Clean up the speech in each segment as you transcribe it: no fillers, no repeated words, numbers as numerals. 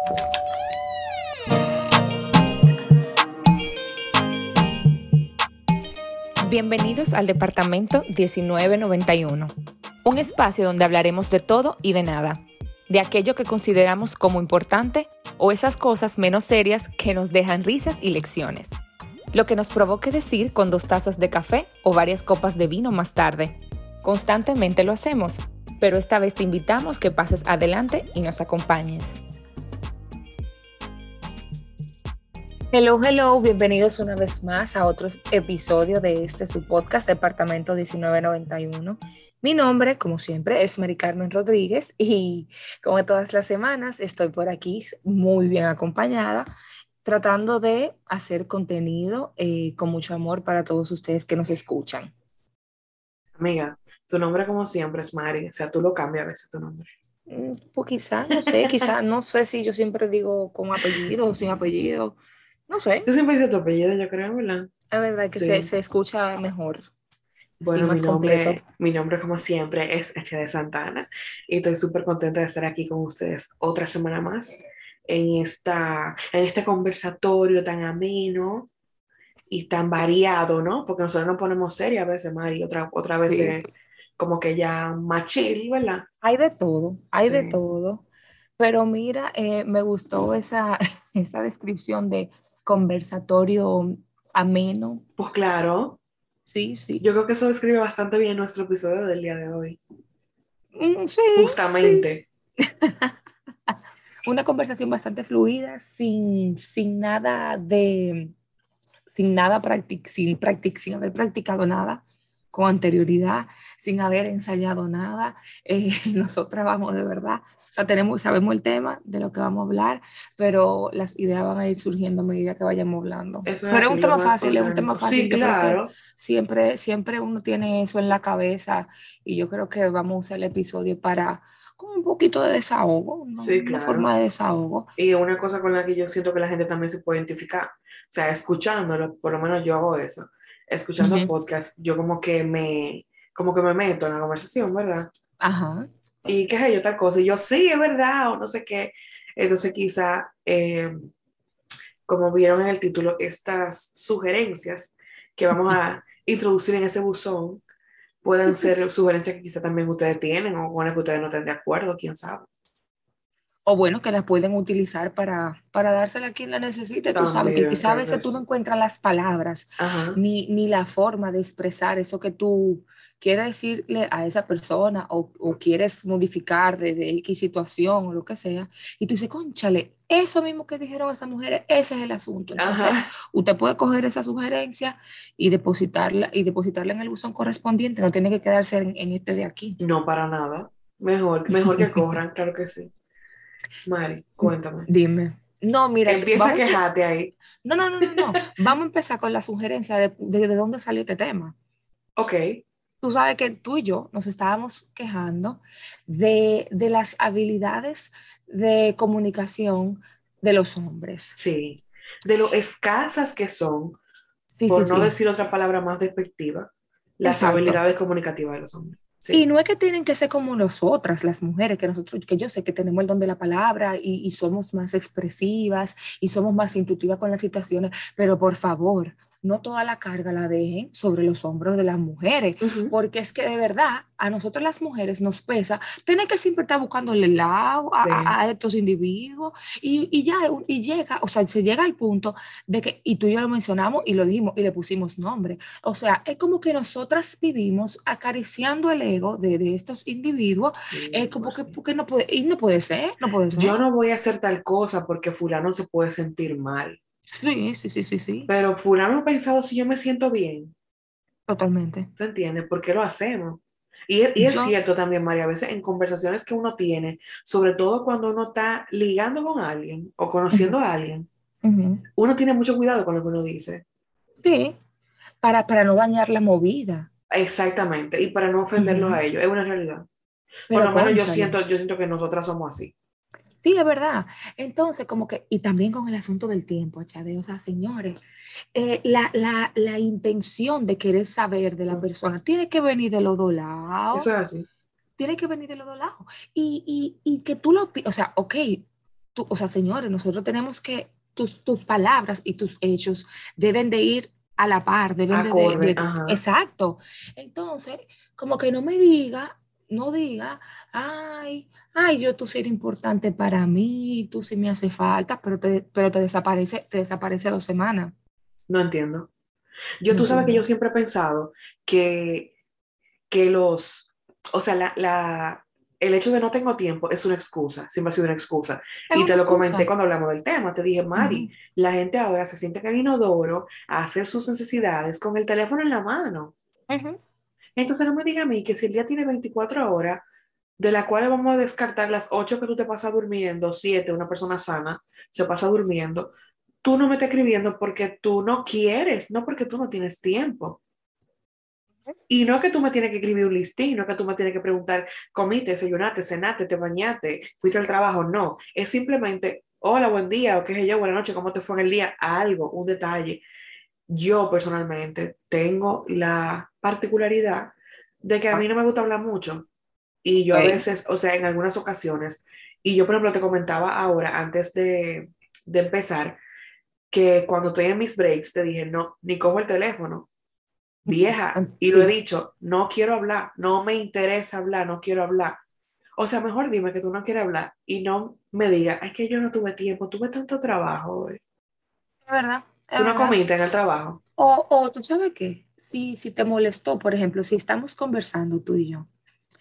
Bienvenidos al Departamento 1991, un espacio donde hablaremos de todo y de nada, de aquello que consideramos como importante o esas cosas menos serias que nos dejan risas y lecciones. Lo que nos provoque decir con 2 tazas de café o varias copas de vino más tarde. Constantemente lo hacemos, pero esta vez te invitamos que pases adelante y nos acompañes. Hello, bienvenidos una vez más a otro episodio de su podcast Departamento 1991. Mi nombre, como siempre, es Mary Carmen Rodríguez y como todas las semanas estoy por aquí muy bien acompañada, tratando de hacer contenido con mucho amor para todos ustedes que nos escuchan. Amiga, tu nombre como siempre es Mari, o sea, tú lo cambias a veces tu nombre. Pues quizá, no sé si yo siempre digo con apellido o sin apellido. No sé, Tú siempre dices tu apellido, yo creo, ¿verdad? la verdad que Sí. se escucha mejor, así Bueno, más completo. mi nombre como siempre es HD Santana y estoy súper contenta de estar aquí con ustedes otra semana más en este conversatorio tan ameno y tan variado, ¿no? Porque nosotros nos ponemos serias a veces, Mari, otra vez Sí. como que ya más chill, ¿verdad? Hay de Sí. todo. Pero mira, me gustó esa descripción de conversatorio ameno. Pues claro, Sí, sí. yo creo que eso describe bastante bien nuestro episodio del día de hoy. Sí, sí. Justamente. Una conversación bastante fluida, sin haber practicado nada con anterioridad, sin haber ensayado nada. Nosotras vamos de verdad, o sea, sabemos el tema de lo que vamos a hablar, pero las ideas van a ir surgiendo a medida que vayamos hablando. Eso es Pero así, lo vas es un tema espontáneo. Sí, fácil. Yo creo que claro. siempre uno tiene eso en la cabeza y yo creo que vamos a usar el episodio para como un poquito de desahogo, ¿no? Sí, Una forma claro. de desahogo. Y una cosa con la que yo siento que la gente también se puede identificar, o sea, escuchándolo, por lo menos yo hago eso, escuchando Ujú. podcast, yo como que me meto en la conversación, ¿verdad? Ajá. Y qué sé yo, tal cosa, y yo, sí, es verdad, o no sé qué. Entonces quizá, como vieron en el título, estas sugerencias que vamos a introducir en ese buzón pueden ser sugerencias que quizá también ustedes tienen o con las que ustedes no estén de acuerdo, quién sabe. O bueno, que las pueden utilizar para dársela a quien la necesite. Tú sabes que También, quizá a claro veces que tú no sí. encuentras las palabras Ajá. ni la forma de expresar eso que tú quieres decirle a esa persona o quieres modificar de X situación o lo que sea. Y tú dices, cónchale, eso mismo que dijeron esas mujeres, ese es el asunto. Entonces, Ajá. usted puede coger esa sugerencia y depositarla en el buzón correspondiente. No tiene que quedarse en este de aquí. No, para nada. Mejor que corran, claro que sí. Mari, cuéntame. Dime. No, mira, Empieza a quejarte ahí. no. Vamos a empezar con la sugerencia de dónde salió este tema. Ok, Tú sabes que tú y yo nos estábamos quejando de las habilidades de comunicación de los hombres. sí. De lo escasas que son, Sí, sí, por no sí. decir otra palabra más despectiva, las Exacto. habilidades comunicativas de los hombres. Y Sí. no es que tienen que ser como nosotras, las mujeres, que yo sé que tenemos el don de la palabra y somos más expresivas y somos más intuitivas con las situaciones, pero por favor, no toda la carga la dejen sobre los hombros de las mujeres, Ujú. porque es que de verdad a nosotros las mujeres nos pesa tener que siempre estar buscando el lado Sí. a estos individuos y llega, o sea, se llega al punto de que, y tú y yo lo mencionamos y lo dijimos y le pusimos nombre. O sea, es como que nosotras vivimos acariciando el ego de estos individuos, Sí, es como que porque no puede, y no puede ser, no puede ser. yo no voy a hacer tal cosa porque fulano se puede sentir mal. Sí, sí, sí, sí, sí, Pero fulano ha pensado si yo me siento bien. totalmente. ¿Se entiende? ¿Por qué lo hacemos? Y es Yo, cierto también, María, a veces en conversaciones que uno tiene, sobre todo cuando uno está ligando con alguien o ujú, conociendo a alguien, ujú, uno tiene mucho cuidado con lo que uno dice. sí, para no dañar la movida. Exactamente. Y para no ofenderlos Ujú. a ellos, es una realidad. Por Pero lo menos cónchale. yo siento que nosotras somos así. Sí, es verdad. Entonces, como que, y también con el asunto del tiempo, Chade, o sea, señores, la intención de querer saber de la Mm. persona tiene que venir de los dos lados. Eso es así. Tiene que venir de los dos lados. Y que tú o sea, ok, o sea, señores, nosotros tenemos que, tus palabras y tus hechos deben de ir a la par, deben Acorde, ajá. exacto. Entonces, como que no diga, ay, tú sí eres importante para mí, tú sí me hace falta, pero te desaparece 2 semanas. No entiendo. No Tú sabes que entiendo. yo siempre he pensado que, que o sea, el hecho de no tengo tiempo es una excusa, siempre ha sido una excusa. Es Y una te lo comenté excusa. cuando hablamos del tema, te dije, Mari, Ujú, la gente ahora se siente en el inodoro a hacer sus necesidades con el teléfono en la mano. ujú. Entonces no me diga a mí que si el día tiene 24 horas, de las cuales vamos a descartar las 8 que tú te pasas durmiendo, 7, una persona sana se pasa durmiendo, tú no me estás escribiendo porque tú no quieres, no porque tú no tienes tiempo. Y no que tú me tienes que escribir un listín, no que tú me tienes que preguntar, comiste, desayunaste, cenaste, te bañaste, fuiste al trabajo, no. Es simplemente, hola, buen día, o qué sé yo, buenas noches, ¿cómo te fue en el día? Algo, un detalle. Yo personalmente tengo la particularidad de que a Ah, mí no me gusta hablar mucho. Y yo a ok. veces, o sea, en algunas ocasiones, y yo por ejemplo te comentaba ahora, antes de empezar, que cuando estoy en mis breaks te dije, no, ni cojo el teléfono, vieja, y lo he Sí, dicho, no quiero hablar, no me interesa hablar, no quiero hablar. O sea, mejor dime que tú no quieres hablar y no me digas, es que yo no tuve tiempo, tuve tanto trabajo hoy. es verdad, es Tú no verdad. comiste en el trabajo. O tú sabes qué, si te molestó, por ejemplo, si estamos conversando tú y yo,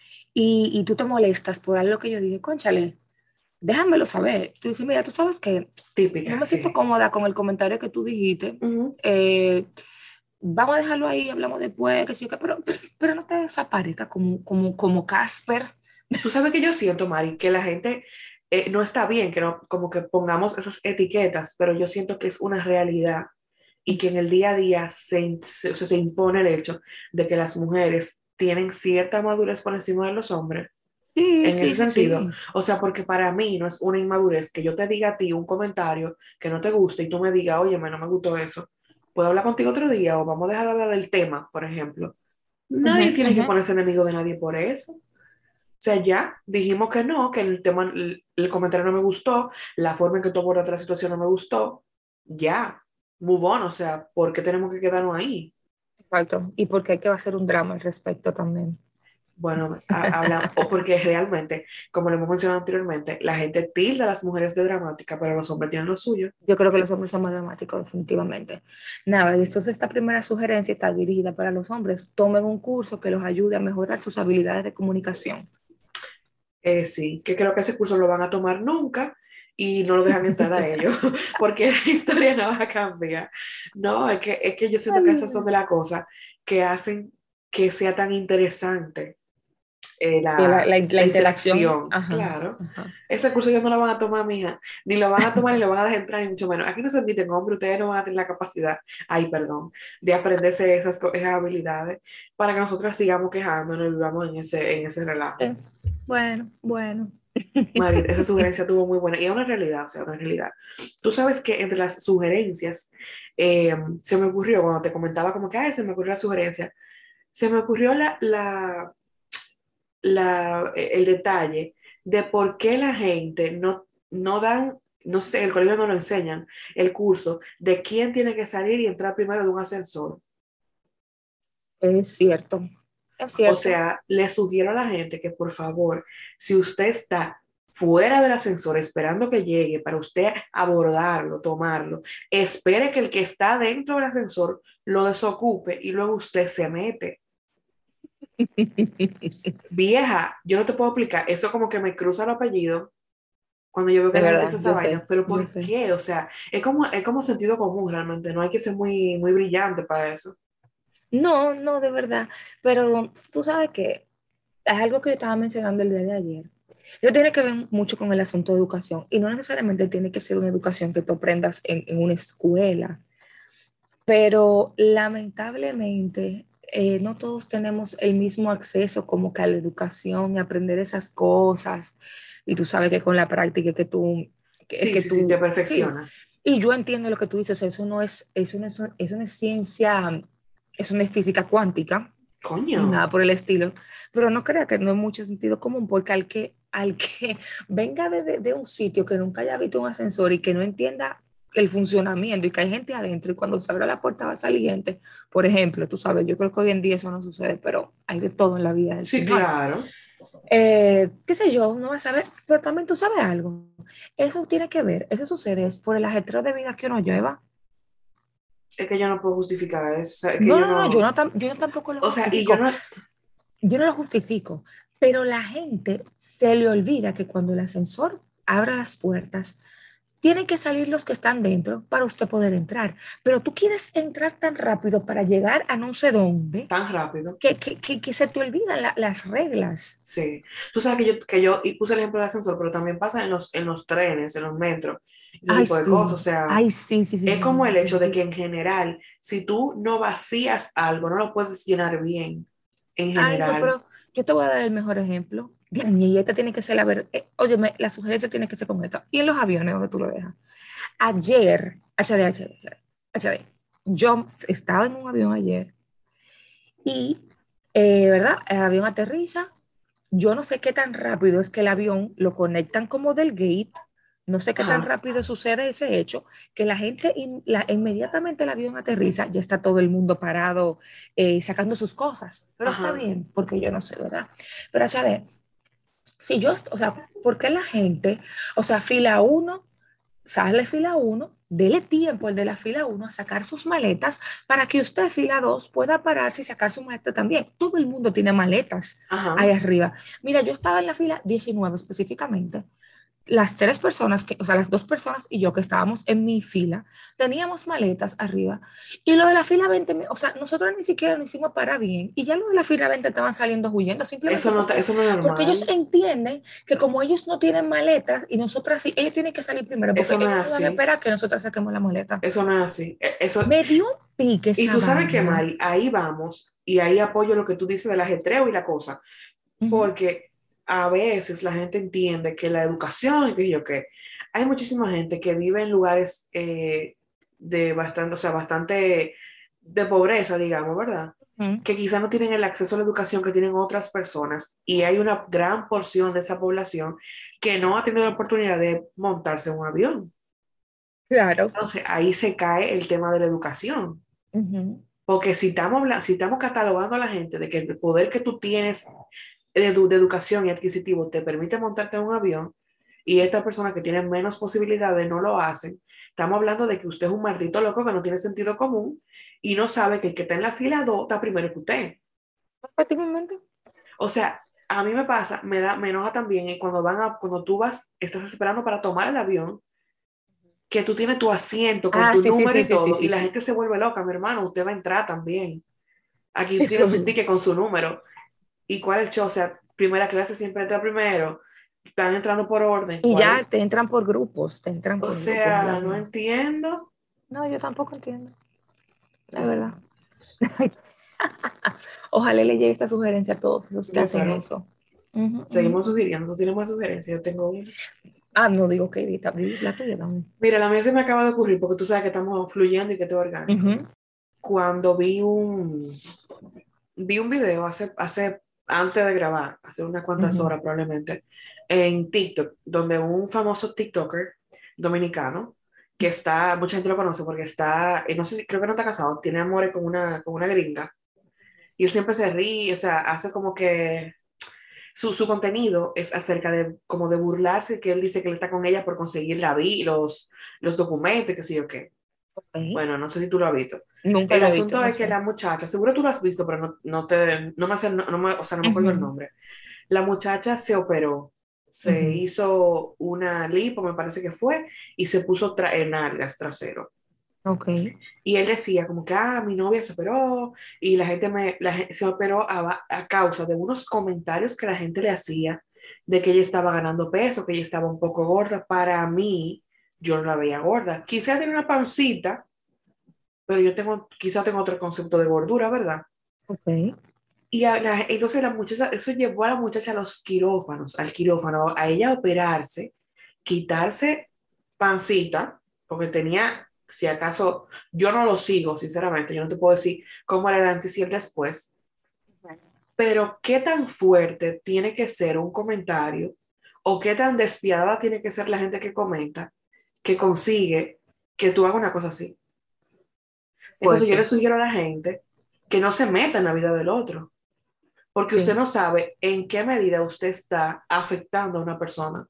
y tú te molestas por algo que yo dije, cónchale, déjamelo saber. Tú dices, mira, tú sabes que no Típica, me siento sí. cómoda con el comentario que tú dijiste. Ujú. eh, Vamos a dejarlo ahí, hablamos después, que sí, que, pero no te desaparezca como Casper. Tú sabes que yo siento, Mari, que la gente no está bien, que no, como que pongamos esas etiquetas, pero yo siento que es una realidad y que en el día a día o sea, se impone el hecho de que las mujeres tienen cierta madurez por encima de los hombres. Sí, En sí, ese sí, sentido, sí. o sea, porque para mí no es una inmadurez que yo te diga a ti un comentario que no te guste y tú me digas, oye, no me gustó eso. ¿Puedo hablar contigo otro día o vamos a dejar de hablar del tema, por ejemplo? Ujú, Nadie tiene que ujú. ponerse enemigo de nadie por eso. O sea, ya dijimos que no, que el tema, el comentario no me gustó, la forma en que tú abordaste la situación no me gustó. Ya, move on, o sea, ¿por qué tenemos que quedarnos ahí? Exacto. Y porque hay que hacer un drama al respecto también. Bueno, habla, o porque realmente, como lo hemos mencionado anteriormente, la gente tilda a las mujeres de dramática, pero los hombres tienen lo suyo. Yo creo que los hombres son más dramáticos, definitivamente. Nada, y entonces esta primera sugerencia está dirigida para los hombres. Tomen un curso que los ayude a mejorar sus habilidades de comunicación. Sí, que creo que ese curso lo van a tomar nunca y no lo dejan entrar a ellos, porque la historia no va a cambiar. No, es que yo siento que esas son de las cosas que hacen que sea tan interesante Que la la interacción, interacción, ajá, claro. ajá. Ese curso ellos no lo van a tomar, mija, ni lo van a tomar ni lo van a dejar entrar, ni mucho menos. Aquí no se admiten hombres, ustedes no van a tener la capacidad, ay, perdón, de aprenderse esas habilidades para que nosotros sigamos quejándonos y vivamos en ese relajo. Sí. Bueno, bueno. Mari, esa sugerencia tuvo muy buena y es una realidad, o sea, una realidad. Tú sabes que entre las sugerencias, se me ocurrió, cuando te comentaba como que, ay, se me ocurrió la sugerencia, se me ocurrió el detalle de por qué la gente no dan, no sé, el colegio no lo enseñan, el curso de quién tiene que salir y entrar primero de un ascensor. Es cierto, es O cierto. sea, le sugiero a la gente que por favor, si usted está fuera del ascensor esperando que llegue para usted abordarlo, tomarlo, espere que el que está dentro del ascensor lo desocupe y luego usted se mete. Vieja, yo no te puedo explicar, eso como que me cruza el apellido cuando yo veo que De la gente verdad, hace esa yo vaina, sé, pero yo ¿por sé. qué? O sea, es como sentido común realmente, no hay que ser muy brillante para eso. No, no, de verdad. Pero tú sabes que es algo que yo estaba mencionando el día de ayer. Eso tiene que ver mucho con el asunto de educación y no necesariamente tiene que ser una educación que tú aprendas en una escuela, pero lamentablemente no todos tenemos el mismo acceso como que a la educación y aprender esas cosas. Y tú sabes que con la práctica es Sí, que sí, sí, te tú, sí. perfeccionas. Y yo entiendo lo que tú dices, eso no es ciencia, eso no es física cuántica Coño. ni nada por el estilo, pero no crea que no es mucho sentido común, porque al que venga de un sitio que nunca haya visto un ascensor y que no entienda el funcionamiento y que hay gente adentro y cuando se abre la puerta va a salir gente, por ejemplo, tú sabes, yo creo que hoy en día eso no sucede, pero hay de todo en la vida del Sí, Señor. claro. Qué sé yo, no vas a saber, pero también tú sabes algo. Eso tiene que ver, eso sucede es por el ajetreo de vida que uno lleva. Es que yo no puedo justificar eso. O sea, es que No, yo no, no, yo, no. no yo tampoco lo O sea, y yo justifico. no. Yo no lo justifico, pero la gente se le olvida que cuando el ascensor abra las puertas, tienen que salir los que están dentro para usted poder entrar. Pero tú quieres entrar tan rápido para llegar a no sé dónde Tan rápido. que se te olvidan las reglas. Sí. Tú sabes que yo y puse el ejemplo del ascensor, pero también pasa en los trenes, en los metros, ese Ay, tipo de cosas. O sí, sea, ay, sí, sí, sí, es sí, sí, como el sí, hecho de sí. que en general, si tú no vacías algo, no lo puedes llenar bien, en Ay, no, general. pero yo te voy a dar el mejor ejemplo. Y esta tiene que ser la verdad. Óyeme, la sugerencia tiene que ser con esto. Y en los aviones donde tú lo dejas. Ayer, HD, yo estaba en un avión ayer y, ¿verdad? El avión aterriza. Yo no sé qué tan rápido es que el avión lo conectan como del gate. No sé qué tan Ajá, rápido sucede ese hecho, que la gente, inmediatamente el avión aterriza, ya está todo el mundo parado sacando sus cosas. Pero está ajá. bien, porque yo no sé, ¿verdad? Pero, HD, si yo, o sea, ¿por qué la gente, o sea, fila uno sale fila uno, dele tiempo el de la fila uno a sacar sus maletas para que usted, fila 2 pueda pararse y sacar su maleta también. Todo el mundo tiene maletas ahí Ajá. arriba. Mira, yo estaba en la fila 19 específicamente, las tres personas, o sea, las dos personas y yo que estábamos en mi fila, teníamos maletas arriba. Y lo de la fila 20, o sea, nosotros ni siquiera nos hicimos para bien. Y ya lo de la fila 20 estaban saliendo huyendo, Eso simplemente no, eso no es porque ellos normal. entienden que como ellos no tienen maletas y nosotras sí, ellos tienen que salir primero, porque Eso no es ellos no van a así. esperar que nosotras saquemos la maleta. Eso no es así. Eso, Me dio un pique y esa tú sabes que, vaina. Mari, ahí vamos, y ahí apoyo lo que tú dices del ajetreo y la cosa, Ujú. porque a veces la gente entiende que la educación, y que yo que hay muchísima gente que vive en lugares de bastante, o sea, bastante de pobreza, digamos, ¿verdad? Ujú. Que quizás no tienen el acceso a la educación que tienen otras personas, y hay una gran porción de esa población que no ha tenido la oportunidad de montarse en un avión. Claro. Entonces ahí se cae el tema de la educación. Ujú. Porque si estamos catalogando a la gente de que el poder que tú tienes de educación y adquisitivo te permite montarte en un avión y estas personas que tienen menos posibilidades no lo hacen, estamos hablando de que usted es un maldito loco que no tiene sentido común y no sabe que el que está en la fila 2 está primero que usted. Efectivamente. O sea, a mí me pasa, me enoja también y cuando tú vas, estás esperando para tomar el avión, que tú tienes tu asiento con Ah, tu sí, sí, número sí, y sí, sí, todo y sí, la sí. gente se vuelve loca, mi hermano, usted va a entrar también. Aquí Eso tiene es su verdad. ticket con su número. ¿Y cuál es el show? O sea, primera clase siempre entra primero. Están entrando por orden. Y ¿Cuál ya es? te entran por grupos, te entran O por grupos a la sea, no una. entiendo. No, yo tampoco entiendo, la Dios verdad. mío. Ojalá le llegue esta sugerencia a todos esos que Yo hacen espero. eso. Ujú, ujú, Seguimos ujú. sugiriendo. No tenemos más sugerencias. Yo tengo una. Ah, no digo que Edita, la tuya también. Mira, la mía se me acaba de ocurrir porque tú sabes que estamos fluyendo y que esto es orgánico. Ujú, Cuando vi un video antes de grabar, hace unas cuantas ujú, horas probablemente, en TikTok, donde un famoso TikToker dominicano, que está, mucha gente lo conoce porque está, no sé si, creo que no está casado, tiene amores con una gringa, y él siempre se ríe, o sea, hace como que su contenido es acerca de, como de burlarse, que él dice que él está con ella por conseguir los documentos, qué sé yo qué. ok. Bueno, no sé si tú lo has visto. Nunca El lo he visto, asunto no es que sé. la muchacha, seguro tú lo has visto, pero no me, hace- no me- o sea, no me acuerdo el Ujú, nombre. La muchacha se operó, se ujú, hizo una lipo, me parece que fue, y se puso nalgas trasero. ok. Y él decía como que, mi novia se operó, y se operó a causa de unos comentarios que la gente le hacía de que ella estaba ganando peso, que ella estaba un poco gorda. Para mí, yo no la veía gorda. Quizá tiene una pancita, pero quizá tengo otro concepto de gordura, ¿verdad? Ok. Entonces la muchacha, eso llevó a la muchacha a los quirófanos, al quirófano, a ella operarse, quitarse pancita, porque tenía, si acaso, yo no lo sigo, sinceramente, yo no te puedo decir cómo era el antes y el después, pero qué tan fuerte tiene que ser un comentario o qué tan despiadada tiene que ser la gente que comenta, que consigue que tú hagas una cosa así. Entonces yo le Fuerte. sugiero a la gente que no se meta en la vida del otro, porque usted Sí, no sabe en qué medida usted está afectando a una persona.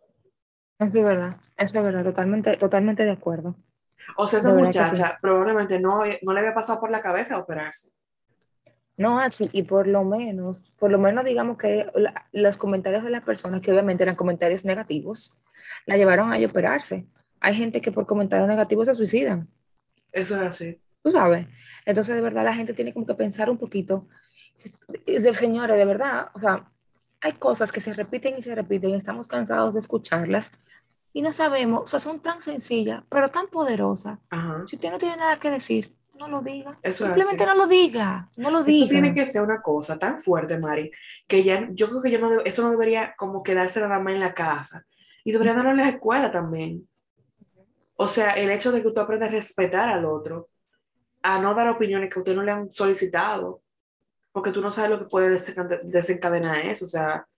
eso es verdad, totalmente, totalmente de acuerdo. O sea, esa De verdad que sí. muchacha probablemente no le había pasado por la cabeza operarse. No, Ashley, y por lo menos digamos que los comentarios de las personas, que obviamente eran comentarios negativos, la llevaron a ella a operarse. Hay gente que por comentarios negativos se suicidan, Eso es así. tú sabes. Entonces, de verdad, la gente tiene como que pensar un poquito. Señores, de verdad, o sea, hay cosas que se repiten y se repiten y estamos cansados de escucharlas y no sabemos, o sea, son tan sencillas, pero tan poderosas. Ajá. Si usted no tiene nada que decir, no lo diga. Eso es Simplemente así. no lo diga, no lo Eso tiene diga. que ser una cosa tan fuerte, Mari, que ya, yo creo que eso no debería como quedarse nada más en la casa. Y debería darlo en la escuela también. O sea, el hecho de que usted aprenda a respetar al otro, a no dar opiniones que a usted no le han solicitado, porque tú no sabes lo que puede desencadenar eso. O sea,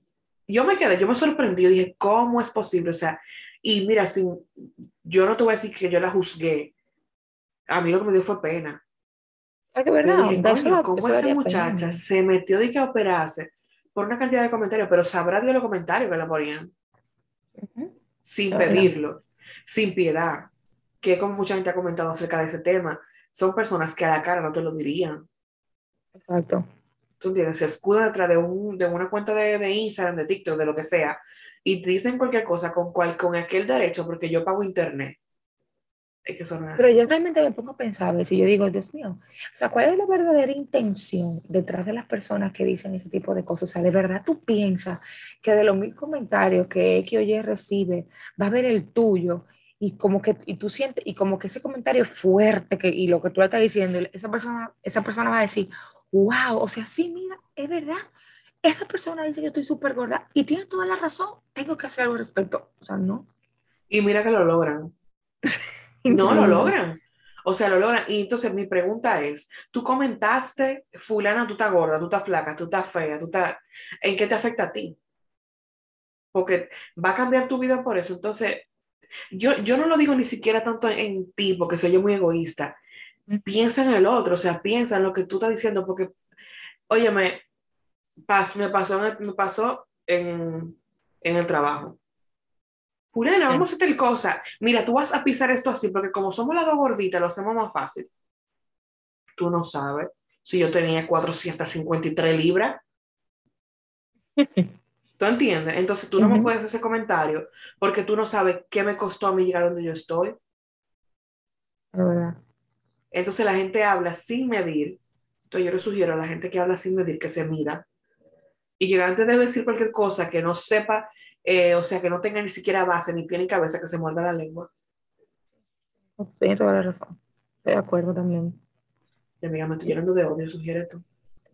yo me sorprendí, dije, ¿cómo es posible? O sea, y mira, yo no te voy a decir que yo la juzgué, a mí lo que me dio fue pena. Es que Yo verdad, dije, coño, ¿cómo eso esta daría pena. muchacha se metió de que a operarse por una cantidad de comentarios? Pero sabrá Dios los comentarios que le ponían, Ujú. sin Es verdad, pedirlo, sin piedad, que como mucha gente ha comentado acerca de ese tema, son personas que a la cara no te lo dirían. exacto. ¿Tú entiendes? Se escudan detrás de una cuenta de Instagram, de TikTok, de lo que sea, y te dicen cualquier cosa con aquel derecho porque yo pago internet. Es que eso no es Pero yo así. realmente me pongo a pensar, a veces, yo digo, Dios mío, o sea, ¿cuál es la verdadera intención detrás de las personas que dicen ese tipo de cosas? O sea, ¿de verdad tú piensas que de los 1000 comentarios que X o Y recibe, va a haber el tuyo? Y como que, y tú sientes, y como que ese comentario es fuerte, y lo que tú le estás diciendo, esa persona va a decir, wow, o sea, sí, mira, es verdad. Esa persona dice que yo estoy súper gorda y tiene toda la razón, tengo que hacer algo al respecto. O sea, no, Y mira que lo logran. No lo increíble. logran. O sea, lo logran. Y entonces mi pregunta es, tú comentaste, fulana, tú estás gorda, tú estás flaca, tú estás fea, tú estás... ¿En qué te afecta a ti? Porque va a cambiar tu vida por eso. Entonces, yo no lo digo ni siquiera tanto en ti, porque soy yo muy egoísta. Piensa en el otro, o sea, piensa en lo que tú estás diciendo, porque, óyeme, me pasó en el trabajo. Fulana, Sí. vamos a hacer tal cosa. Mira, tú vas a pisar esto así, porque como somos las dos gorditas, lo hacemos más fácil. Tú no sabes si yo tenía 453 libras. ¿Tú entiendes? Entonces tú no me Ujú. puedes hacer ese comentario porque tú no sabes qué me costó a mí llegar donde yo estoy. Es verdad. Entonces la gente habla sin medir. Entonces yo le sugiero a la gente que habla sin medir que se mida y que antes de decir cualquier cosa que no sepa, o sea, que no tenga ni siquiera base, ni pie ni cabeza, que se muerda la lengua. Tienes toda la razón. Estoy de acuerdo también. Y amiga, me estoy llenando de odio, sugiere tú.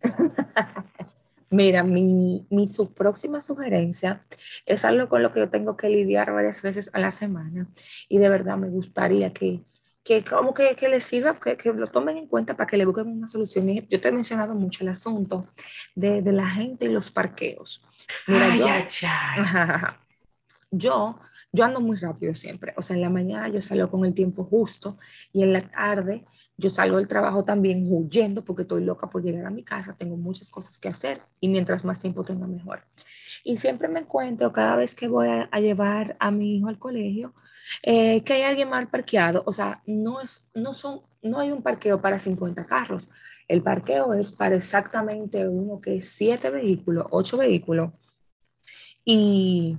Mira, próxima sugerencia es algo con lo que yo tengo que lidiar varias veces a la semana y de verdad me gustaría que como que les sirva, que lo tomen en cuenta para que le busquen una solución. Y yo te he mencionado mucho el asunto de la gente y los parqueos. Mira, Ay, ay, ay. yo, yo ando muy rápido siempre. O sea, en la mañana yo salgo con el tiempo justo y en la tarde yo salgo del trabajo también huyendo porque estoy loca por llegar a mi casa. Tengo muchas cosas que hacer y mientras más tiempo tenga mejor. Y siempre me encuentro cada vez que voy a llevar a mi hijo al colegio que hay alguien mal parqueado. O sea, no hay un parqueo para 50 carros. El parqueo es para exactamente uno que es 7 vehículos, 8 vehículos. Y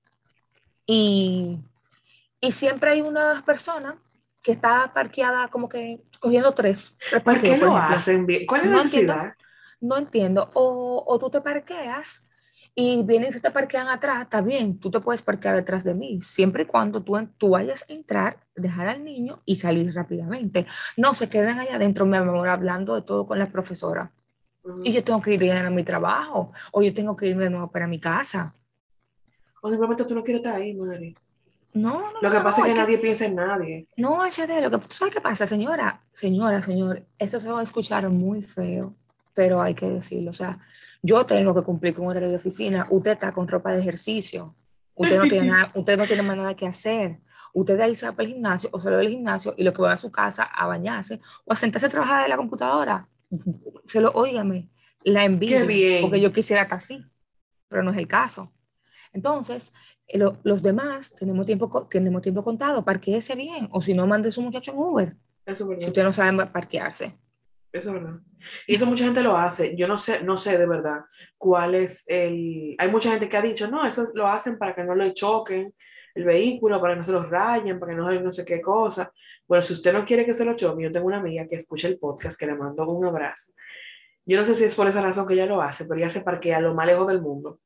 y, y siempre hay una persona que está parqueada como que cogiendo tres ¿Por qué parqueos, por lo ejemplo. hacen bien? ¿Cuál es la No entiendo, necesidad? no entiendo. O tú te parqueas y vienen y se te parquean atrás, está bien, tú te puedes parquear detrás de mí, siempre y cuando tú vayas a entrar, dejar al niño y salir rápidamente. No se quedan allá adentro, mi amor, hablando de todo con la profesora. Y Ujú. yo tengo que ir bien a mi trabajo o yo tengo que irme de nuevo para mi casa. O simplemente tú no quieres estar ahí, madre. No, no, Lo que no, pasa no, es es que que nadie piensa en nadie. no, HD, lo que tú sabes qué pasa, señor, eso se va a escuchar muy feo, pero hay que decirlo. O sea, yo tengo que cumplir con un horario de oficina, usted está con ropa de ejercicio. Usted no tiene nada, usted no tiene más nada que hacer. Usted de ahí se va para el gimnasio o sale del gimnasio y lo que va a su casa a bañarse o a sentarse a trabajar de la computadora. Óigame, la Qué envidio, porque bien. yo quisiera estar así, pero no es el caso. Entonces, los demás tenemos tiempo contado, parquéese bien, o si no, mande a su muchacho en Uber, Eso es si verdad. usted no sabe parquearse. Eso es verdad. Y eso mucha gente lo hace. Yo no sé de verdad cuál es el... Hay mucha gente que ha dicho, no, eso lo hacen para que no le choquen el vehículo, para que no se los rayen, para que no sé qué cosa. Bueno, si usted no quiere que se lo choque, yo tengo una amiga que escucha el podcast, que le mando un abrazo. Yo no sé si es por esa razón que ella lo hace, pero ella se parquea lo más lejos del mundo.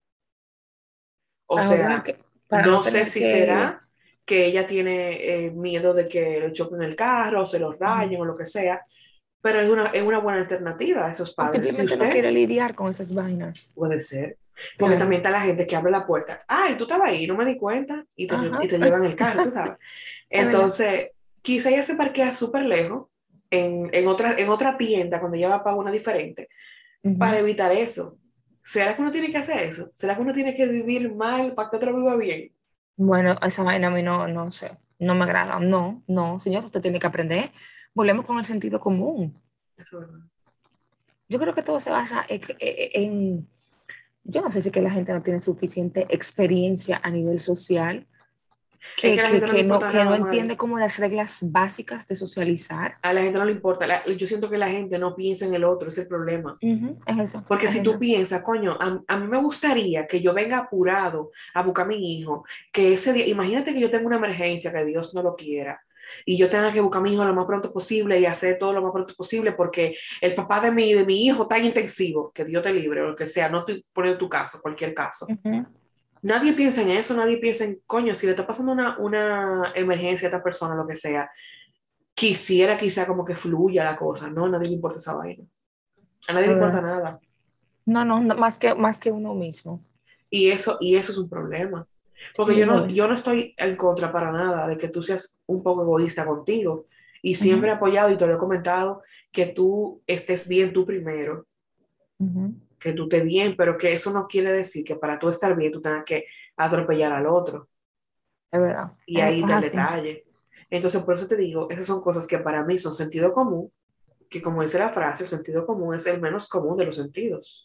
O Para no tener sea, que, para no no sé tener si que, será que ella tiene miedo de que le choquen el carro, o se los ujú, rayen o lo que sea, pero es una buena alternativa a esos o padres. Si simplemente no usted quiere lidiar con esas vainas. puede ser, porque Claro. también está la gente que abre la puerta. Ay, tú estabas ahí, no me di cuenta, y Ajá, te llevan el carro, tú sabes. es verdad. Entonces, quizá ella se parquea súper lejos en otra tienda cuando ella va para una diferente para Ujú. evitar eso. ¿Será que uno tiene que hacer eso? ¿Será que uno tiene que vivir mal para que otro viva bien? Bueno, esa vaina a mí no sé, no me agrada. No, no, señor, usted tiene que aprender. Volvemos con el sentido común. Eso es verdad. Yo creo que todo se basa en, yo no sé si es que la gente no tiene suficiente experiencia a nivel social, Es que a la gente no le importa que no nada, entiende Mari. como las reglas básicas de socializar. A la gente no le importa. Yo siento que la gente no piensa en el otro, ese es el problema. Ujú, es eso, Porque es si tú eso. piensas, coño, a mí me gustaría que yo venga apurado a buscar a mi hijo, que ese día, imagínate que yo tengo una emergencia, que Dios no lo quiera, y yo tenga que buscar a mi hijo lo más pronto posible y hacer todo lo más pronto posible porque el papá de mi hijo está en intensivo, que Dios te libre o lo que sea, no estoy poniendo tu caso, cualquier caso. Ujú, Nadie piensa en eso, nadie piensa en, coño, si le está pasando una emergencia a esta persona, lo que sea, quisiera quizá como que fluya la cosa, no, a nadie le importa esa vaina, a nadie es le importa verdad. nada. No, no, no, más que uno mismo. Y eso es un problema. Porque Sí, yo lo no, yo es. no estoy en contra para nada de que tú seas un poco egoísta contigo. Y siempre Ujú, he apoyado y te lo he comentado que tú estés bien tú primero, ujú. que tú estés bien, pero que eso no quiere decir que para tú estar bien tú tengas que atropellar al otro. Es verdad. Y ahí Es está el así. detalle. Entonces, por eso te digo, esas son cosas que para mí son sentido común, que como dice la frase, el sentido común es el menos común de los sentidos.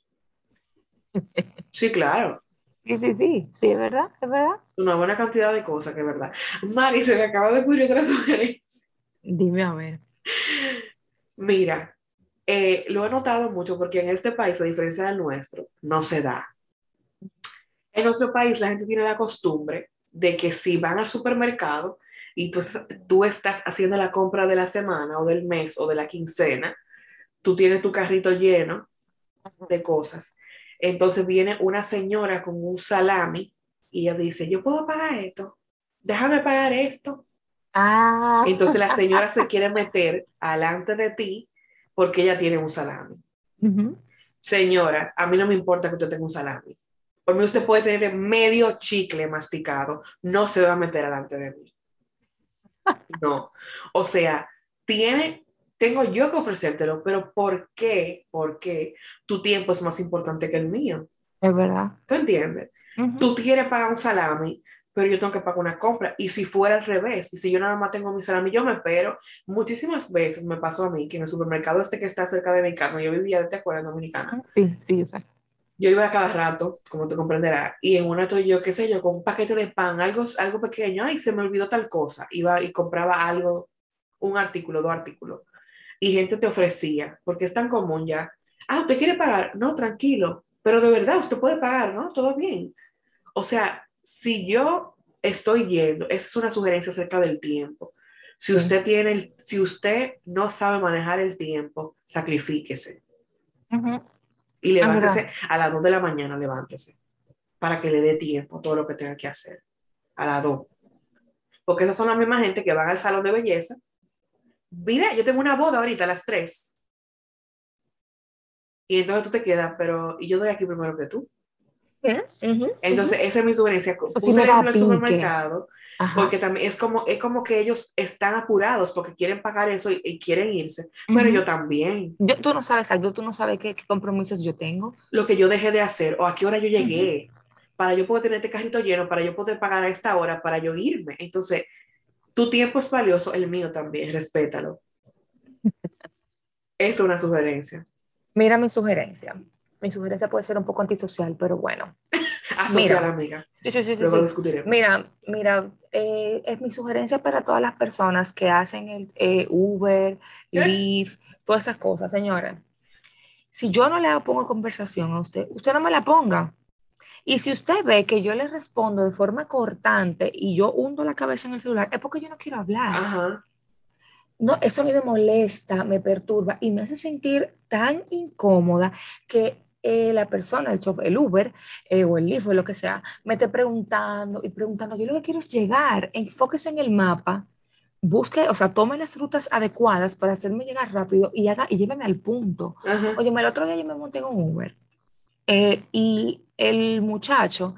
Sí, claro. Sí, sí, sí, sí, es verdad, es verdad. Una buena cantidad de cosas, que es verdad. Mari, se me acaba de ocurrir otra sugerencia. Dime a ver. Mira, lo he notado mucho porque en este país, a diferencia del nuestro, no se da. En nuestro país la gente tiene la costumbre de que si van al supermercado y tú estás haciendo la compra de la semana o del mes o de la quincena, tú tienes tu carrito lleno de cosas. Entonces viene una señora con un salami y ella dice, yo puedo pagar esto, déjame pagar esto. Ah, Entonces la señora se quiere meter alante de ti porque ella tiene un salami. ujú. Señora, a mí no me importa que usted tenga un salami. Por mí usted puede tener medio chicle masticado, no se va a meter alante de mí. No. O sea, tengo yo que ofrecértelo, pero ¿por qué? ¿Por qué tu tiempo es más importante que el mío? Es verdad. ¿Tú entiendes? Ujú, Tú quieres pagar un salami, pero yo tengo que pagar una compra. Y si fuera al revés, y si yo nada más tengo mi salami, yo me espero. Muchísimas veces me pasó a mí que en el supermercado este que está cerca de mi casa, yo vivía, ¿te acuerdas, Dominicana? ujú. Sí, sí, yo sé. Yo iba a cada rato, como te comprenderás, y en una estoy yo, qué sé yo, con un paquete de pan, algo pequeño, ay, se me olvidó tal cosa. Iba y compraba algo, un artículo, dos artículos. Y gente te ofrecía, porque es tan común ya. Ah, ¿usted quiere pagar? No, tranquilo. Pero de verdad, usted puede pagar, ¿no? Todo bien. O sea, si yo estoy yendo, esa es una sugerencia acerca del tiempo. Sí. Si usted no sabe manejar el tiempo, sacrifíquese Ujú. y Es verdad. levántese a las 2 de la mañana, levántese para que le dé tiempo a todo lo que tenga que hacer. A las 2. Porque esas son las mismas gente que van al salón de belleza. Mira, yo tengo una boda ahorita a las 3. Y entonces tú te quedas, pero y yo doy aquí primero que tú. Sí, ujú, ujú. Entonces, esa es mi sugerencia. Eso sí Puse me el ejemplo da del pique. supermercado, porque Ajá. también es como que ellos están apurados porque quieren pagar eso y quieren irse, pero yo Ujú. también. Tú no sabes algo, tú no sabes qué compromisos yo tengo. Lo que yo dejé de hacer o a qué hora yo Ujú. llegué. para yo poder tener este carrito lleno, para yo poder pagar a esta hora, para yo irme. Entonces, tu tiempo es valioso, el mío también, respétalo. Esa es una sugerencia. Mira mi sugerencia. Mi sugerencia puede ser un poco antisocial, pero bueno. Asocial, Mira. amiga. Sí. Luego discutiremos. Mira, es mi sugerencia para todas las personas que hacen el Uber, ¿Qué? Lyft, todas esas cosas, señora. Si yo no le pongo conversación a usted, usted no me la ponga. Y si usted ve que yo le respondo de forma cortante y yo hundo la cabeza en el celular, es porque yo no quiero hablar. Ajá. No, eso a mí me molesta, me perturba y me hace sentir tan incómoda que la persona, el Uber o el Lyft o lo que sea, me esté preguntando y preguntando. Yo lo que quiero es llegar, enfóquese en el mapa, busque, o sea, tome las rutas adecuadas para hacerme llegar rápido y lléveme al punto. Ajá. Oye, el otro día yo me monté en un Uber y el muchacho,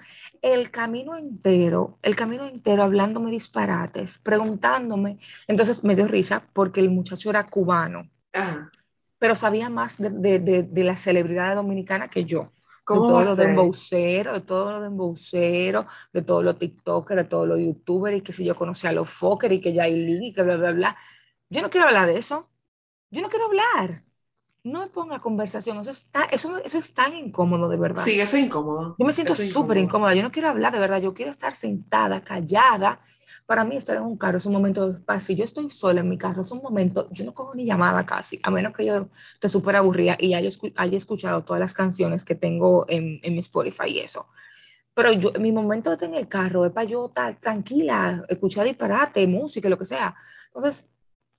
el camino entero hablándome disparates, preguntándome. Entonces me dio risa porque el muchacho era cubano, Ajá. pero sabía más de la celebridad dominicana que yo. De ¿Cómo va todo a lo de ser? embaucero, de todo lo de embaucero, de todos los TikTokers, de todos los YouTubers, y que si yo conocía a los Fokker y que Yailin y que bla, bla, bla. Yo no quiero hablar de eso. Yo no quiero hablar. No me ponga conversación. Eso es tan incómodo, de verdad. Sí, eso es incómodo. Yo me siento Eso es súper incómodo. incómoda. Yo no quiero hablar, de verdad. Yo quiero estar sentada, callada. Para mí, estar en un carro es un momento de paz. Si yo estoy sola en mi carro, es un momento, yo no cojo ni llamada casi, a menos que yo esté súper aburrida y haya escuchado todas las canciones que tengo en mi Spotify y eso. Pero mi momento de estar en el carro es para yo estar tranquila, escuchar disparate, música, lo que sea. Entonces,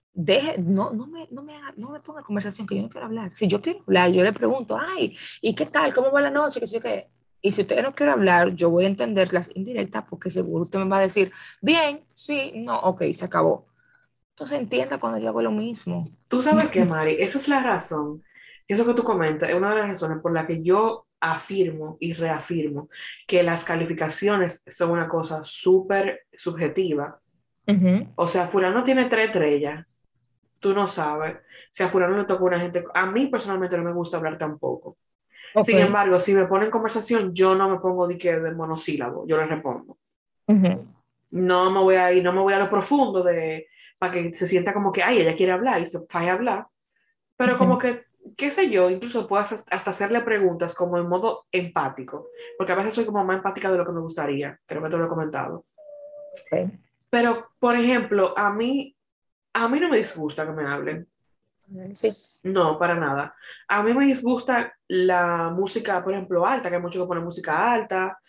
no me ponga conversación que yo no quiero hablar. Si yo quiero hablar, yo le pregunto, ay, ¿y qué tal? ¿Cómo va la noche? ¿Qué sé yo qué? Y si usted no quiere hablar, yo voy a entender las indirectas porque seguro usted me va a decir, bien, sí, no, ok, se acabó. Entonces entienda cuando yo hago lo mismo. Tú sabes qué, Mari, esa es la razón. Eso que tú comentas es una de las razones por la que yo afirmo y reafirmo que las calificaciones son una cosa súper subjetiva. Ujú. O sea, fulano tiene 3 estrellas, tú no sabes. Si a fulano le toca una gente, a mí personalmente no me gusta hablar tampoco. Ok. Sin embargo, si me ponen conversación, yo no me pongo de monosílabo, yo le respondo. Ujú. No me voy a ir, no me voy a lo profundo para que se sienta como que, ay, ella quiere hablar y se vaya a hablar. Pero como Ujú. que, qué sé yo, incluso puedo hasta hacerle preguntas como en modo empático, porque a veces soy como más empática de lo que me gustaría, creo que te lo he comentado. Ok. Pero, por ejemplo, a mí no me disgusta que me hablen, Sí. no, para nada. A mí me disgusta la música, por ejemplo, alta, que hay muchos que ponen música alta,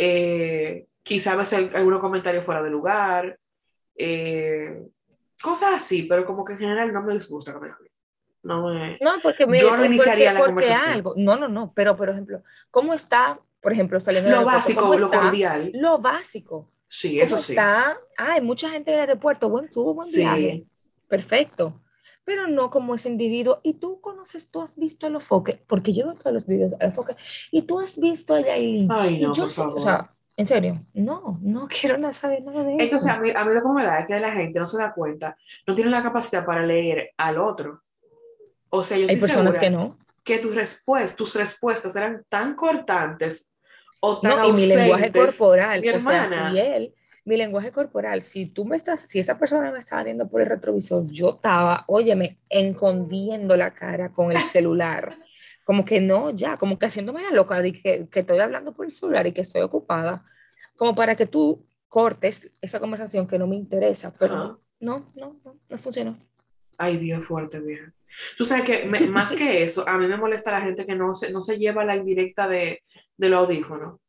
quizá a veces algunos comentarios fuera de lugar, eh, cosas así, pero como que en general no me disgusta que me hablen. No me, No, porque mire, yo no iniciaría la porque conversación. algo, no, pero por ejemplo, ¿cómo está, por ejemplo, saliendo del Lo aeropuerto? ¿Cómo básico, lo está cordial, lo básico? sí, ¿Cómo eso sí. está? Hay mucha gente del aeropuerto, tuvo buen viaje, Sí, perfecto, pero no como ese individuo. Y tú has visto a los foques, porque yo veo todos los videos de los foques, y tú has visto a Yailin, ay y no, yo por sé, o favor. sea, en serio, no quiero saber nada de Entonces, eso. a mí lo que me da es que la gente no se da cuenta, no tiene la capacidad para leer al otro. O sea, yo Hay estoy personas que segura no. que tus respuestas eran tan cortantes o tan No, y mi lenguaje ausentes, corporal, mi o sea, si hermana. él, mi lenguaje corporal, si esa persona me estaba viendo por el retrovisor, yo estaba, óyeme, escondiendo la cara con el celular, como que no, ya, como que haciéndome la loca de que estoy hablando por el celular y que estoy ocupada, como para que tú cortes esa conversación que no me interesa, pero Ajá. no funcionó. Ay, Dios, fuerte, vieja. Tú sabes que más que eso, a mí me molesta la gente que no se lleva la indirecta de los audífonos.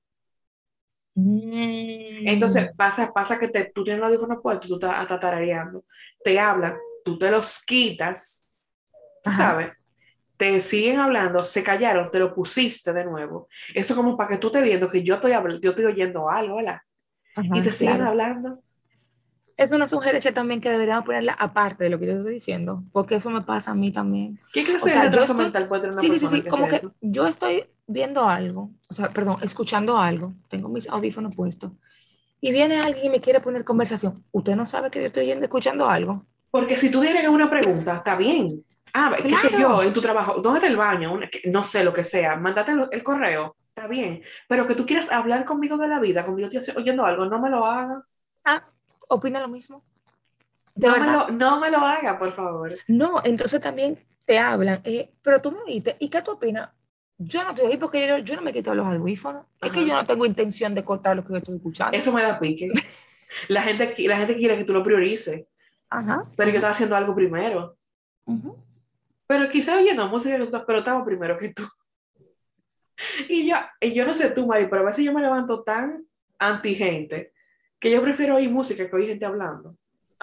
Mm, Entonces pasa que tú tienes los audífonos puestos, tú estás hasta tarareando, te hablan, tú te los quitas, tú ajá, sabes, te siguen hablando, se callaron, te lo pusiste de nuevo. Eso como para que tú estés viendo que yo estoy oyendo algo, ¿verdad? Y te ajá, siguen claro. hablando. Es una sugerencia también que deberíamos ponerla aparte de lo que yo estoy diciendo, porque eso me pasa a mí también. ¿Qué O clase de sea, yo retraso estoy, mental puede tener una persona sí, que como hace que eso? yo estoy viendo algo, o sea, perdón, escuchando algo, tengo mis audífonos puestos, y viene alguien y me quiere poner conversación. Usted no sabe que yo estoy yendo escuchando algo. Porque si tú tienes una pregunta, está bien. Ah, qué sé yo, Claro, en tu trabajo, ¿dónde está el baño? No sé lo que sea, mándate el correo. está bien, pero que tú quieras hablar conmigo de la vida, cuando yo estoy oyendo algo, no me lo haga. Ah, opina lo mismo. De No verdad. no me lo haga, por favor. No, entonces también te hablan, pero tú me oíste, ¿y qué tú opinas? Yo no te oí porque yo no me quito los audífonos. Es que Ajá. yo no tengo intención de cortar lo que yo estoy escuchando. Eso me da pique. La gente quiere que tú lo priorices, Ajá, pero yo ajá, estaba haciendo algo primero. ujú. Pero quizás oyendo música, pero estaba primero que tú. Y yo no sé tú, Mari, pero a veces yo me levanto tan anti gente que yo prefiero oír música que oír gente hablando.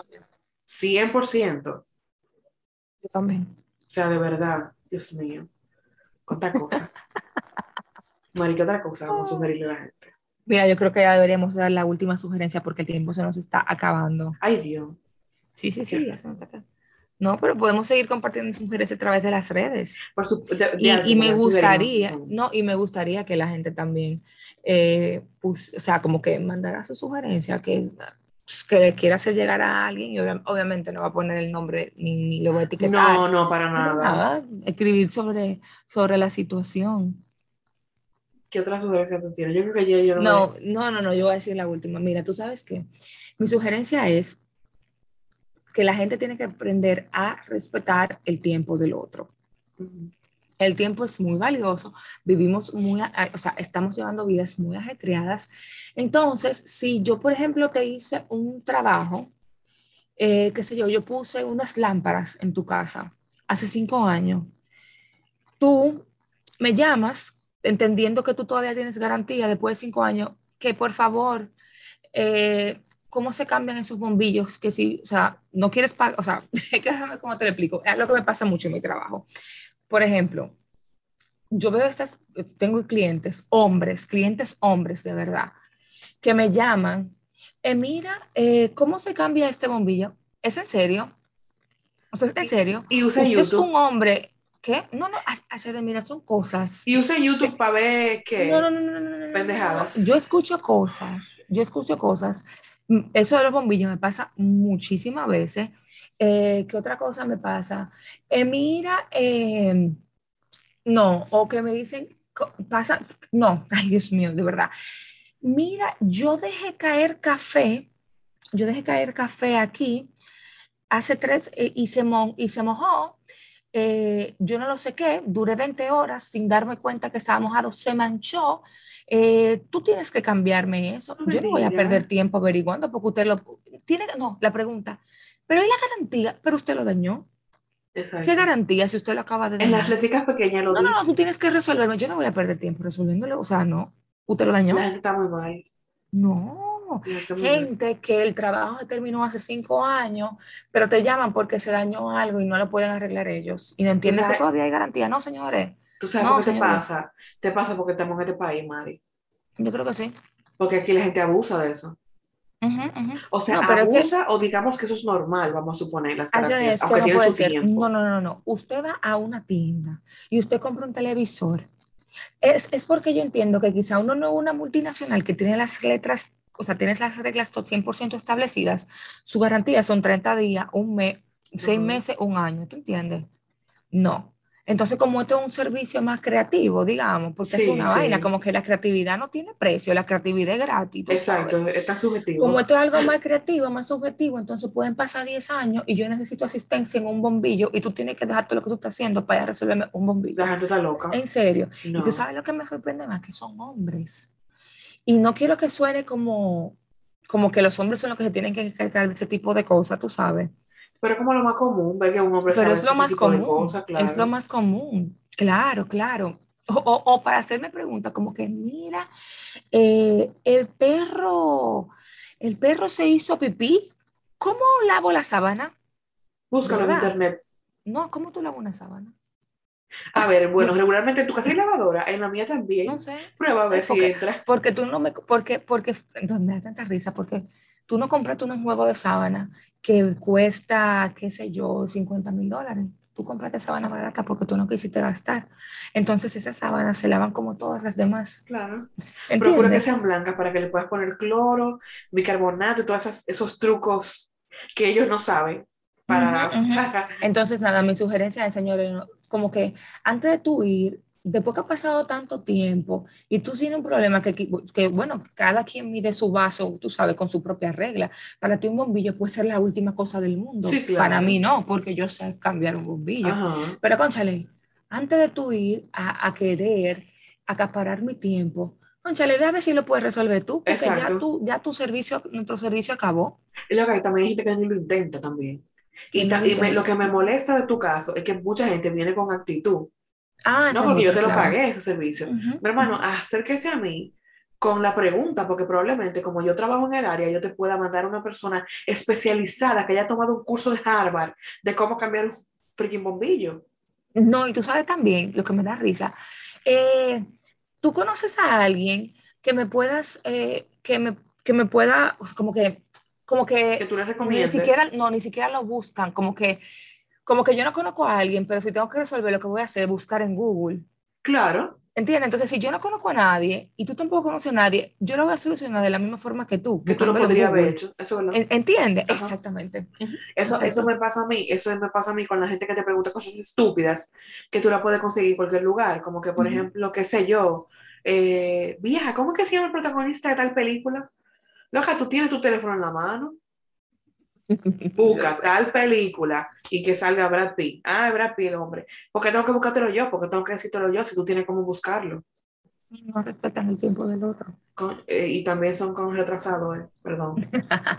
100%. Yo también. O sea, de verdad, Dios mío. Cuánta cosa. Mari, ¿qué otra cosa vamos a sugerirle a la gente? Mira, yo creo que ya deberíamos dar la última sugerencia porque el tiempo se nos está acabando. Ay, Dios. Sí, sí, Qué- sí, ya se nos acaba. No, pero podemos seguir compartiendo sugerencias a través de las redes. de Y arte, porque me así sugerimos un gustaría, montón. no, y me gustaría que la gente también, o sea, como que mandara su sugerencia, que le quiera hacer llegar a alguien, y obviamente no va a poner el nombre ni lo va a etiquetar, No, no, para pero nada. nada, escribir sobre la situación. ¿Qué otra sugerencia tú tienes? Yo creo que ya yo no me... No, no, no, no, yo voy a decir la última. Mira, tú sabes qué, mi sugerencia es que la gente tiene que aprender a respetar el tiempo del otro. Ujú. El tiempo es muy valioso, vivimos o sea, estamos llevando vidas muy ajetreadas. Entonces, si yo, por ejemplo, te hice un trabajo, qué sé yo puse unas lámparas en tu casa hace 5 años, tú me llamas entendiendo que tú todavía tienes garantía después de 5 años, que por favor, ¿cómo se cambian esos bombillos? Que si, o sea, no quieres pagar, o sea, es que déjame cómo te lo explico, es lo que me pasa mucho en mi trabajo. Por ejemplo, yo veo tengo clientes hombres de verdad, que me llaman, mira, ¿cómo se cambia este bombillo? ¿Es en serio? O sea, ¿es en serio? Y usa Usted es un YouTube. hombre, ¿qué? No, no, mira, son cosas. Y usa YouTube para ver No, no, qué no, no, no, no, no, no, no. pendejadas. Yo escucho cosas. Eso de los bombillos me pasa muchísimas veces. ¿Qué otra cosa me pasa? Mira, no, o que me dicen, pasa, no, ay Dios mío, de verdad. Mira, yo dejé caer café aquí hace tres y se mojó. Yo no lo sé qué, duré 20 horas sin darme cuenta que estaba mojado, se manchó. Tú tienes que cambiarme eso. No me Yo no voy a perder diga. tiempo averiguando porque usted lo tiene. No, la pregunta, pero ¿y la garantía? Pero usted lo dañó. ¿Qué Exacto. garantía si usted lo acaba de En las dañar? letras pequeñas lo No, no, no, tú dice. tienes que resolverme. Yo no voy a perder tiempo resolviéndolo. O sea, no. ¿Usted lo La dañó? gente está muy mal. No. La gente está muy mal. Gente que el trabajo se terminó hace 5 años, pero te llaman porque se dañó algo y no lo pueden arreglar ellos. Y no Tú entienden que sabes, todavía hay garantía. No, señores. tú sabes por No, qué te señores. pasa. Te pasa porque estamos en este país, Mari. Yo creo que sí. Porque aquí la gente abusa de eso. Ujú, ujú. O sea, No, pero es que, abusa o digamos que eso es normal, vamos a suponer, las garantías, es que aunque no tienen puede su ser. No, tiempo. no, no, no. Usted va a una tienda y usted compra un televisor. Es porque yo entiendo que quizá uno no es una multinacional que tiene las letras, o sea, tienes las reglas 100% establecidas, su garantía son 30 días, un mes, seis Ajá. meses, un año, ¿tú entiendes? No. Entonces, como esto es un servicio más creativo, digamos, porque es Sí, una vaina, sí. como que la creatividad no tiene precio, la creatividad es gratis, tú sabes. Exacto, está Como subjetivo. esto es algo más creativo, más subjetivo, entonces pueden pasar 10 años y yo necesito asistencia en un bombillo y tú tienes que dejar todo lo que tú estás haciendo para resolverme un La bombillo. gente está loca. En serio. Y tú No. sabes lo que me sorprende más, que son hombres. Y no quiero que suene como que los hombres son los que se tienen que encargar de ese tipo de cosas, tú sabes. Pero como lo más común, ver que un hombre Pero sabe es lo ese más tipo de común, cosas, es lo claro. más común. Claro, claro. O para hacerme preguntas como que, mira, eh, el perro, el perro se hizo pipí. ¿Cómo lavo la sábana? De Búscalo en verdad. internet. No, ¿cómo tú lavas una sábana? A ver, bueno, No, regularmente en tu casa hay lavadora, en la mía no también. sé, Prueba no a ver sé, si porque, entra. porque tú no me, porque, entonces me da tanta risa, porque tú no compraste un juego de sábana que cuesta, qué sé yo, $50,000. Tú compraste sábana barata porque tú no quisiste gastar. Entonces esas sábanas se lavan como todas las demás. Claro. Procura que ¿Entiendes? sean blancas para que le puedas poner cloro, bicarbonato y todos esos trucos que ellos no saben Ujú, para, ujú. para... Entonces, nada, mi sugerencia es, señores, como que antes de tú ir después que ha pasado tanto tiempo y tú tienes un problema bueno, cada quien mide su vaso, tú sabes, con su propia regla. Para ti un bombillo puede ser la última cosa del mundo. Sí, claro. Para mí no, porque yo sé cambiar un bombillo. Ajá. Pero, cónchale, antes de tú ir a querer acaparar mi tiempo, cónchale, ve a ver si lo puedes resolver tú, porque Exacto. nuestro servicio acabó. Y lo que también hay gente que ni lo intenta también. Que no lo Lo que intenta. me molesta de tu caso es que mucha gente viene con actitud. Ah, No, esa es porque yo otra, te lo claro. pagué ese servicio. Ujú, Mi hermano, ujú. acérquese a mí con la pregunta, porque probablemente como yo trabajo en el área, yo te pueda mandar a una persona especializada que haya tomado un curso de Harvard de cómo cambiar un freaking bombillo. No, y tú sabes también lo que me da risa. Eh, ¿Tú conoces a alguien que me puedas, que me pueda, como Que que tú le recomiendes. ni siquiera lo buscan, como que yo no conozco a alguien, pero si tengo que resolver lo que voy a hacer es buscar en Google. Claro, ¿Entiendes? Entonces, si yo no conozco a nadie y tú tampoco conoces a nadie, yo lo voy a solucionar de la misma forma que tú, que tú lo buscándolo en podrías haber Google. hecho. Eso es verdad. ¿Entiendes? Ajá. Exactamente. Ujú, Eso exacto. me pasa a mí, eso me pasa a mí con la gente que te pregunta cosas estúpidas que tú la puedes conseguir en cualquier lugar, como que, por Ujú. ejemplo, qué sé yo, vieja, ¿cómo es que se llama el protagonista de tal película? Loca, tú tienes tu teléfono en la mano, busca tal película y que salga Brad Pitt. Ah, Brad Pitt, el hombre. ¿Por qué tengo que buscártelo yo? ¿Por qué tengo que decírtelo yo si tú tienes cómo buscarlo? No respetan el tiempo del otro. Y también son con retrasados, perdón.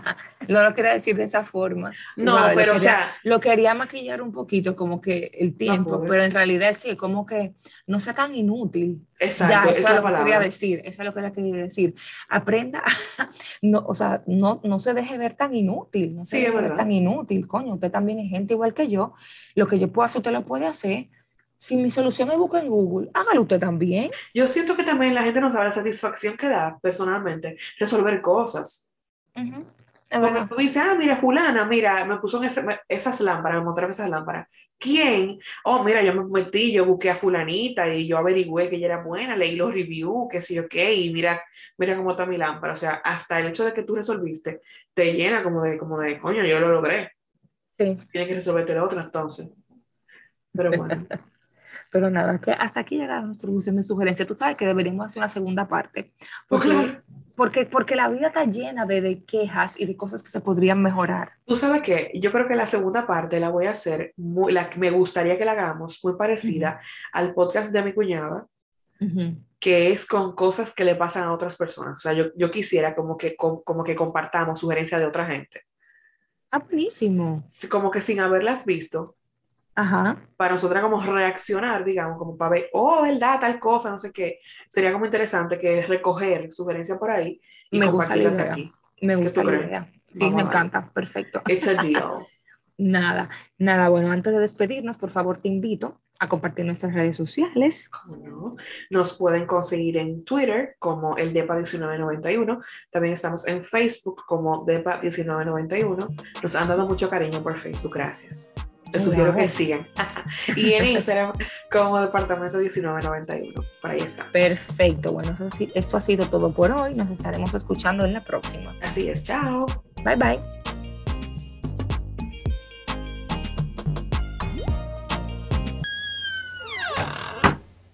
No lo quería decir de esa forma. Tú No, sabes, pero o sea, lo quería maquillar un poquito, como que el no tiempo, pude. pero en realidad sí, como que no sea tan inútil. Ya, Exacto, esa eso es es la lo que quería palabra. decir, eso es lo que quería decir. Aprenda, no, o sea, no se deje ver tan inútil, no se Sí, es deje ver verdad. tan inútil, coño, usted también es gente igual que yo. Lo que yo puedo hacer, usted lo puede hacer. Si mi solución es buscar en Google, hágalo usted también. Yo siento que también la gente no sabe la satisfacción que da personalmente resolver cosas. Ujú, es Porque verdad. tú dices, ah, mira, fulana, mira, me puso en esas lámparas, me mostraron esas lámparas. ¿Quién? Oh, mira, yo me metí, yo busqué a fulanita y yo averigüé que ella era buena, leí los reviews, qué sé yo qué, y mira cómo está mi lámpara. O sea, hasta el hecho de que tú resolviste te llena coño, yo lo logré. Sí. Tienes que resolverte la otra entonces. Pero bueno. Pero nada, que hasta aquí llega nuestra solución de sugerencia. Tú sabes que deberíamos hacer una segunda parte, Pues porque, claro. porque la vida está llena de quejas y de cosas que se podrían mejorar. Tú sabes que yo creo que la segunda parte la voy a hacer, la que me gustaría que la hagamos, muy Ujú, parecida al podcast de mi cuñada, ujú. que es con cosas que le pasan a otras personas. O sea, yo quisiera como que compartamos sugerencias de otra gente. Ah, buenísimo. Como que sin haberlas visto, Ajá, para nosotras como reaccionar, digamos, como para ver, oh, verdad, tal cosa, no sé qué. Sería como interesante que recoger sugerencias por ahí y me gusta la compartirlas idea. aquí. Me ¿Qué gusta tú la crees? idea. Sí, me Vamos a darle. encanta. Perfecto. It's a deal. Nada, nada. Bueno, antes de despedirnos, por favor, te invito a compartir nuestras redes sociales. ¿Cómo no? Nos pueden conseguir en Twitter como el DEPA1991. También estamos en Facebook como DEPA1991. Nos han dado mucho cariño por Facebook, gracias. Les sugiero que Wow. sigan. Y en Instagram como Departamento 1991. Por ahí estamos. Perfecto. Bueno, esto ha sido todo por hoy. Nos estaremos escuchando en la próxima. Así es, chao. Bye bye.